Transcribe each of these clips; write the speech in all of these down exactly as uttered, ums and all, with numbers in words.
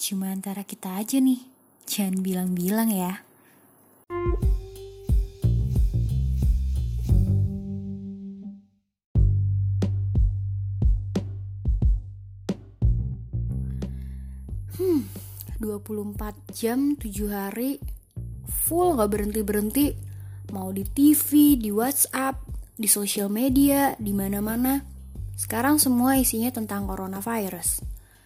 Cuma antara kita aja nih. Jangan bilang-bilang ya. Hmm, dua puluh empat jam, tujuh hari full gak berhenti-berhenti. Mau di T V, di WhatsApp, di sosial media, di mana-mana. Sekarang semua isinya tentang coronavirus.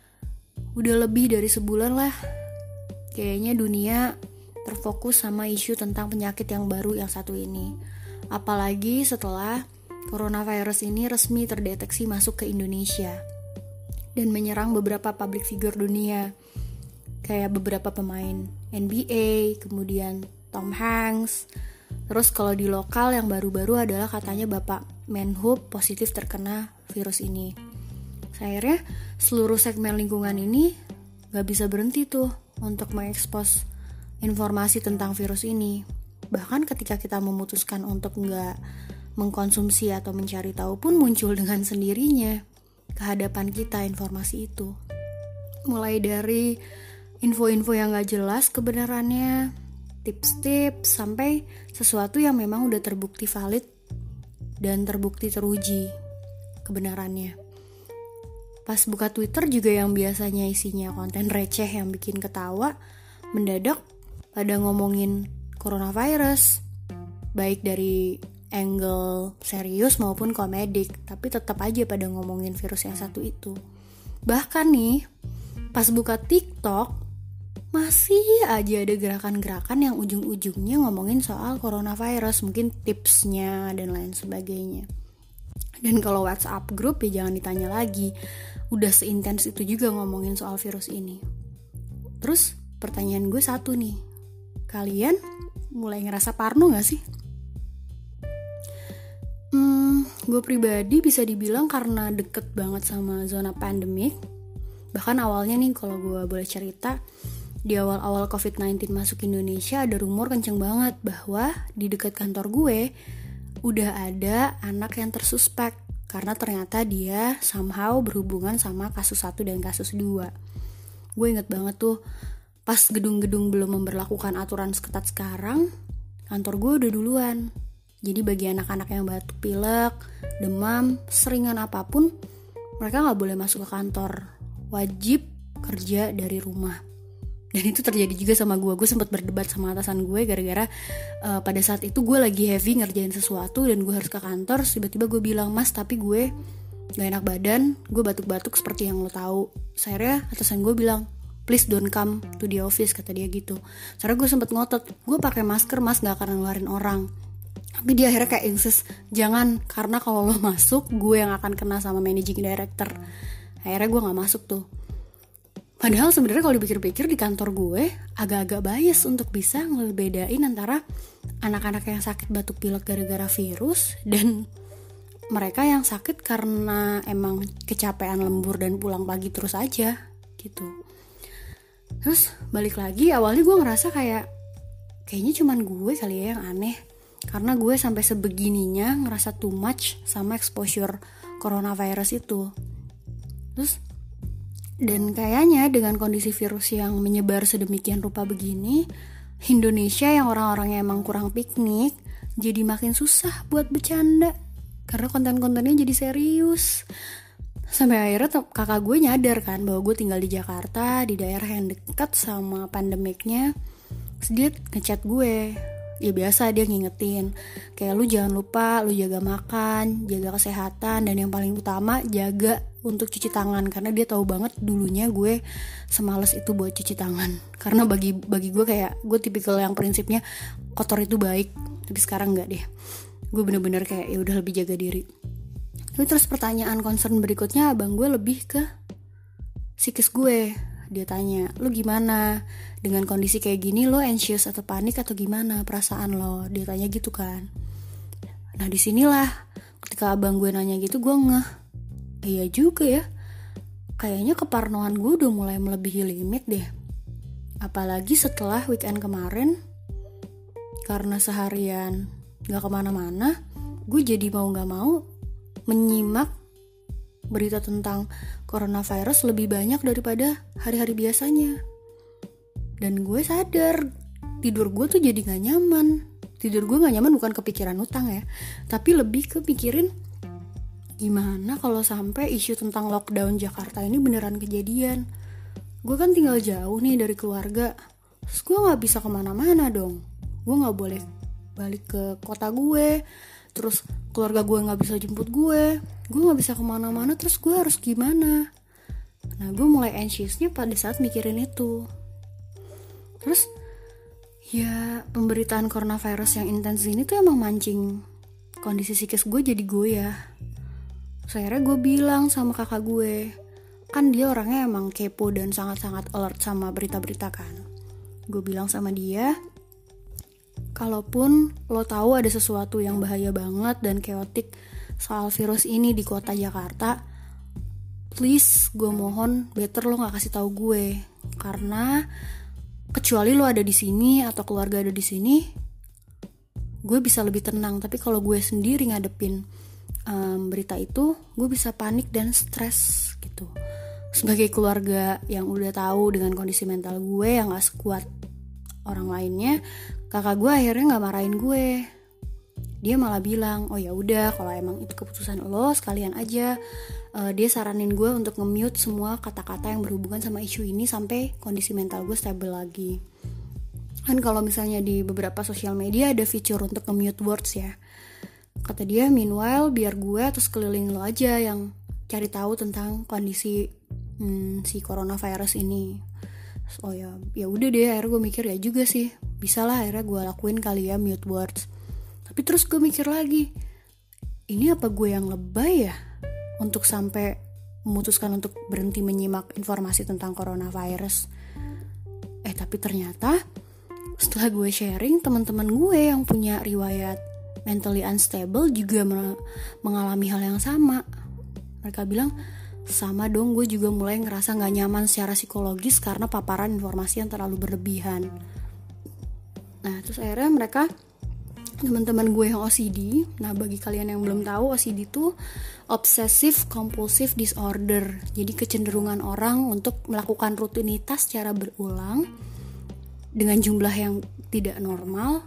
Udah lebih dari sebulan lah. Kayaknya dunia terfokus sama isu tentang penyakit yang baru yang satu ini. Apalagi setelah coronavirus ini resmi terdeteksi masuk ke Indonesia dan menyerang beberapa public figure dunia. Kayak beberapa pemain N B A, kemudian Tom Hanks. Terus kalau di lokal yang baru-baru adalah katanya Bapak Menhub positif terkena virus ini. Akhirnya seluruh segmen lingkungan ini gak bisa berhenti tuh untuk mengekspos informasi tentang virus ini. Bahkan ketika kita memutuskan untuk gak mengkonsumsi atau mencari tahu pun muncul dengan sendirinya ke hadapan kita informasi itu. Mulai dari info-info yang gak jelas kebenarannya, tips-tips, sampai sesuatu yang memang udah terbukti valid dan terbukti teruji kebenarannya. Pas buka Twitter juga yang biasanya isinya konten receh yang bikin ketawa, mendadak pada ngomongin coronavirus, baik dari angle serius maupun komedik, tapi tetap aja pada ngomongin virus yang satu itu. Bahkan nih, pas buka TikTok, masih aja ada gerakan-gerakan yang ujung-ujungnya ngomongin soal coronavirus, mungkin tipsnya dan lain sebagainya. Dan kalau WhatsApp group ya jangan ditanya lagi, udah seintens itu juga ngomongin soal virus ini. Terus pertanyaan gue satu nih, kalian mulai ngerasa parno gak sih? Hmm, gue pribadi bisa dibilang karena deket banget sama zona pandemik. Bahkan awalnya nih kalau gue boleh cerita, di awal-awal covid sembilan belas masuk Indonesia ada rumor kenceng banget bahwa di dekat kantor gue udah ada anak yang tersuspek karena ternyata dia somehow berhubungan sama kasus satu dan kasus dua. Gue inget banget tuh pas gedung-gedung belum memberlakukan aturan seketat sekarang, kantor gue udah duluan. Jadi bagi anak-anak yang batuk pilek, demam, seringan apapun, mereka gak boleh masuk ke kantor. Wajib kerja dari rumah. Dan itu terjadi juga sama gue. Gue sempat berdebat sama atasan gue gara-gara uh, pada saat itu gue lagi heavy ngerjain sesuatu dan gue harus ke kantor. Tiba-tiba gue bilang, mas tapi gue gak enak badan, gue batuk-batuk seperti yang lo tahu. Akhirnya atasan gue bilang, please don't come to the office, kata dia gitu. Karena gue sempat ngotot, gue pakai masker mas, gak akan ngeluarin orang. Tapi dia akhirnya kayak insist, jangan, karena kalau lo masuk gue yang akan kena sama managing director. Akhirnya gue gak masuk tuh. Padahal sebenarnya kalau dipikir-pikir di kantor gue agak-agak bias untuk bisa ngebedain antara anak-anak yang sakit batuk pilek gara-gara virus dan mereka yang sakit karena emang kecapean lembur dan pulang pagi terus aja gitu. Terus balik lagi, awalnya gue ngerasa kayak kayaknya cuman gue kali ya yang aneh, karena gue sampai sebegininya ngerasa too much sama exposure coronavirus itu. Terus dan kayaknya dengan kondisi virus yang menyebar sedemikian rupa begini, Indonesia yang orang-orangnya emang kurang piknik jadi makin susah buat bercanda karena konten-kontennya jadi serius. Sampai akhirnya kakak gue nyadar kan bahwa gue tinggal di Jakarta, di daerah yang dekat sama pandemiknya. Terus dia ngechat gue, ya biasa dia ngingetin kayak lu jangan lupa lu jaga makan, jaga kesehatan, dan yang paling utama jaga untuk cuci tangan, karena dia tahu banget dulunya gue semales itu buat cuci tangan. Karena bagi bagi gue kayak gue tipikal yang prinsipnya kotor itu baik, tapi sekarang enggak deh. Gue bener-bener kayak ya udah lebih jaga diri. Tapi terus pertanyaan concern berikutnya abang gue lebih ke psikis gue. Dia tanya, lu gimana dengan kondisi kayak gini, lo anxious atau panik atau gimana perasaan lo? Dia tanya gitu kan. Nah disinilah ketika abang gue nanya gitu gue ngeh, iya juga ya, kayaknya keparnoan gue udah mulai melebihi limit deh. Apalagi setelah weekend kemarin, karena seharian gak kemana-mana, gue jadi mau gak mau menyimak berita tentang coronavirus lebih banyak daripada hari-hari biasanya. Dan gue sadar tidur gue tuh jadi gak nyaman. Tidur gue gak nyaman bukan kepikiran utang ya, tapi lebih kepikirin gimana kalau sampai isu tentang lockdown Jakarta ini beneran kejadian. Gue kan tinggal jauh nih dari keluarga, terus gue gak bisa kemana-mana dong. Gue gak boleh balik ke kota gue, terus keluarga gue gak bisa jemput gue, gue gak bisa kemana-mana, terus gue harus gimana? Nah gue mulai anxiousnya pada saat mikirin itu. Terus ya pemberitaan coronavirus yang intens ini tuh emang mancing kondisi psikis gue jadi goyah. Terus akhirnya gue bilang sama kakak gue, kan dia orangnya emang kepo dan sangat-sangat alert sama berita-berita kan. Gue bilang sama dia, kalaupun lo tahu ada sesuatu yang bahaya banget dan chaotic soal virus ini di kota Jakarta, please gue mohon better lo gak kasih tahu gue, karena kecuali lo ada di sini atau keluarga ada di sini, gue bisa lebih tenang. Tapi kalau gue sendiri ngadepin um, berita itu, gue bisa panik dan stres gitu. Sebagai keluarga yang udah tahu dengan kondisi mental gue yang gak sekuat orang lainnya, kakak gue akhirnya nggak marahin gue. Dia malah bilang, oh ya udah kalau emang itu keputusan lo, sekalian aja. Uh, dia saranin gue untuk nge-mute semua kata-kata yang berhubungan sama isu ini sampai kondisi mental gue stabil lagi. Kan kalau misalnya di beberapa sosial media ada fitur untuk nge-mute words ya. Kata dia, meanwhile biar gue atau sekeliling lo aja yang cari tahu tentang kondisi hmm, si coronavirus ini. Oh ya, ya udah deh. Akhirnya gue mikir ya juga sih, bisa lah akhirnya gue lakuin kali ya mute words. Tapi terus gue mikir lagi, ini apa gue yang lebay ya untuk sampai memutuskan untuk berhenti menyimak informasi tentang coronavirus. Eh tapi ternyata setelah gue sharing, teman-teman gue yang punya riwayat mentally unstable juga mengalami hal yang sama. Mereka bilang, sama dong, gue juga mulai ngerasa gak nyaman secara psikologis karena paparan informasi yang terlalu berlebihan. Nah terus akhirnya mereka, teman-teman gue yang O C D, nah bagi kalian yang belum tahu, O C D itu Obsessive Compulsive Disorder. Jadi kecenderungan orang untuk melakukan rutinitas secara berulang dengan jumlah yang tidak normal,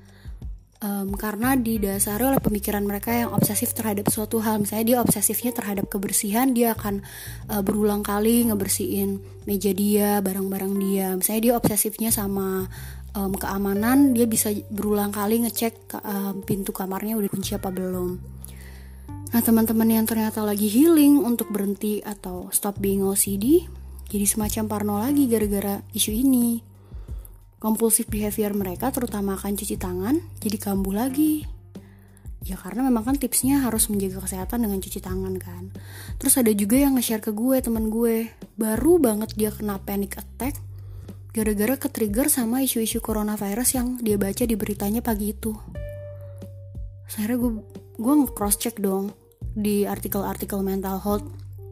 um, karena didasari oleh pemikiran mereka yang obsesif terhadap suatu hal. Misalnya dia obsesifnya terhadap kebersihan, dia akan uh, berulang kali ngebersihin meja dia, barang-barang dia. Misalnya dia obsesifnya sama Um, keamanan, dia bisa berulang kali ngecek ke, um, pintu kamarnya udah kunci apa belum. Nah teman-teman yang ternyata lagi healing untuk berhenti atau stop being O C D, jadi semacam parno lagi gara-gara isu ini. Compulsive behavior mereka, terutama akan cuci tangan, jadi kambuh lagi. Ya karena memang kan tipsnya harus menjaga kesehatan dengan cuci tangan kan. Terus ada juga yang nge-share ke gue, teman gue, baru banget dia kena panic attack gara-gara ke-trigger sama isu-isu coronavirus yang dia baca di beritanya pagi itu. Akhirnya gue gue nge-cross check dong di artikel-artikel mental health.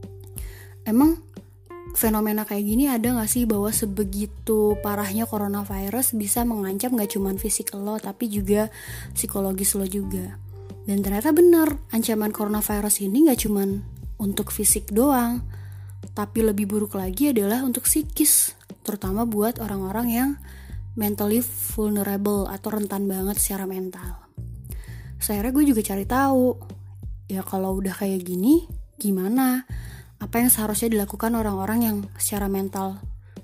Emang fenomena kayak gini ada gak sih, bahwa sebegitu parahnya coronavirus bisa mengancam gak cuma fisik lo tapi juga psikologis lo juga. Dan ternyata benar, ancaman coronavirus ini gak cuma untuk fisik doang, tapi lebih buruk lagi adalah untuk psikis, terutama buat orang-orang yang mentally vulnerable atau rentan banget secara mental. Akhirnya gue juga cari tahu, ya kalau udah kayak gini, gimana? Apa yang seharusnya dilakukan orang-orang yang secara mental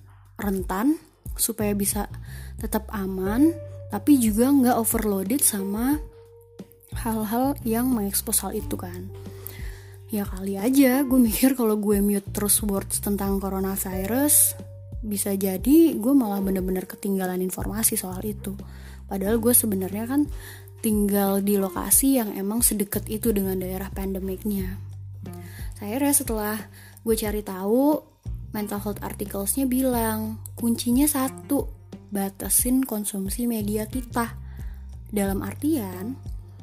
rentan supaya bisa tetap aman, tapi juga nggak overloaded sama hal-hal yang mengekspos hal itu kan. Ya kali aja gue mikir kalau gue mute terus words tentang coronavirus, bisa jadi gue malah bener-bener ketinggalan informasi soal itu. Padahal gue sebenarnya kan tinggal di lokasi yang emang sedekat itu dengan daerah pandemiknya. Akhirnya setelah gue cari tahu, mental health articles-nya bilang kuncinya satu, batasin konsumsi media kita. Dalam artian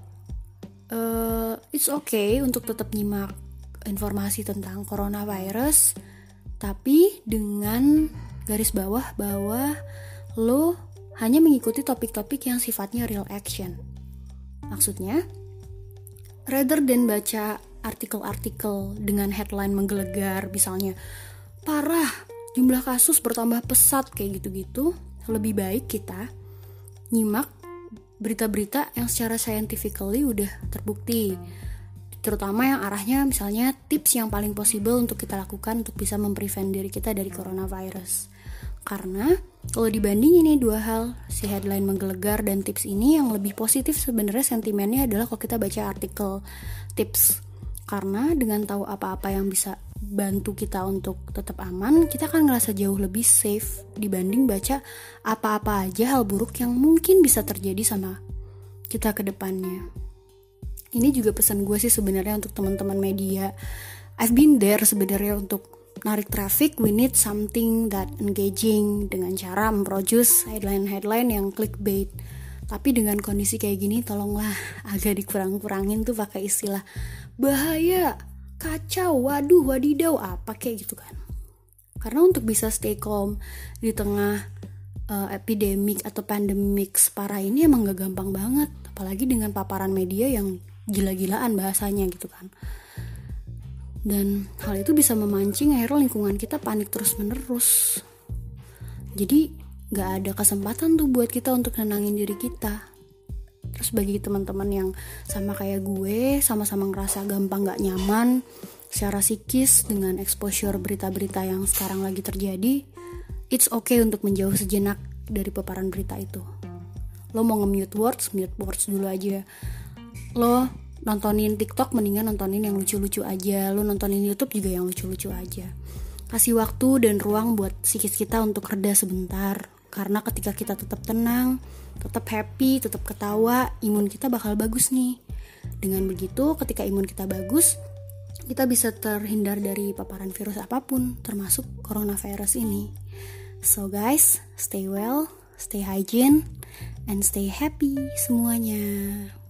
uh, it's okay untuk tetap nyimak informasi tentang coronavirus, tapi dengan garis bawah bahwa lo hanya mengikuti topik-topik yang sifatnya real action. Maksudnya, rather than baca artikel-artikel dengan headline menggelegar, misalnya parah, jumlah kasus bertambah pesat kayak gitu-gitu, lebih baik kita nyimak berita-berita yang secara scientifically udah terbukti, terutama yang arahnya misalnya tips yang paling possible untuk kita lakukan untuk bisa memprevent diri kita dari coronavirus. Karena kalau dibandingin nih dua hal, si headline menggelegar dan tips ini, yang lebih positif sebenarnya sentimennya adalah kalau kita baca artikel tips. Karena dengan tahu apa-apa yang bisa bantu kita untuk tetap aman, kita akan ngerasa jauh lebih safe dibanding baca apa-apa aja hal buruk yang mungkin bisa terjadi sama kita ke depannya. Ini juga pesan gue sih sebenarnya untuk teman-teman media. I've been there sebenarnya untuk narik traffic, we need something that engaging dengan cara memproduce headline-headline yang clickbait. Tapi dengan kondisi kayak gini, tolonglah agak dikurang-kurangin tuh pakai istilah bahaya, kacau, waduh, wadidaw, apa kayak gitu kan. Karena untuk bisa stay calm di tengah uh, epidemik atau pandemik separah ini emang gak gampang banget. Apalagi dengan paparan media yang gila-gilaan bahasanya gitu kan. Dan hal itu bisa memancing akhirnya lingkungan kita panik terus-menerus. Jadi gak ada kesempatan tuh buat kita untuk nenangin diri kita. Terus bagi teman-teman yang sama kayak gue, sama-sama ngerasa gampang gak nyaman secara psikis dengan exposure berita-berita yang sekarang lagi terjadi, it's okay untuk menjauh sejenak dari paparan berita itu. Lo mau nge-mute words, mute words dulu aja. Lo nontonin TikTok mendingan nontonin yang lucu-lucu aja. Lu nontonin YouTube juga yang lucu-lucu aja. Kasih waktu dan ruang buat psikis kita untuk reda sebentar. Karena ketika kita tetap tenang, tetap happy, tetap ketawa, imun kita bakal bagus nih. Dengan begitu, ketika imun kita bagus, kita bisa terhindar dari paparan virus apapun, termasuk coronavirus ini. So guys, stay well, stay hygiene, and stay happy semuanya.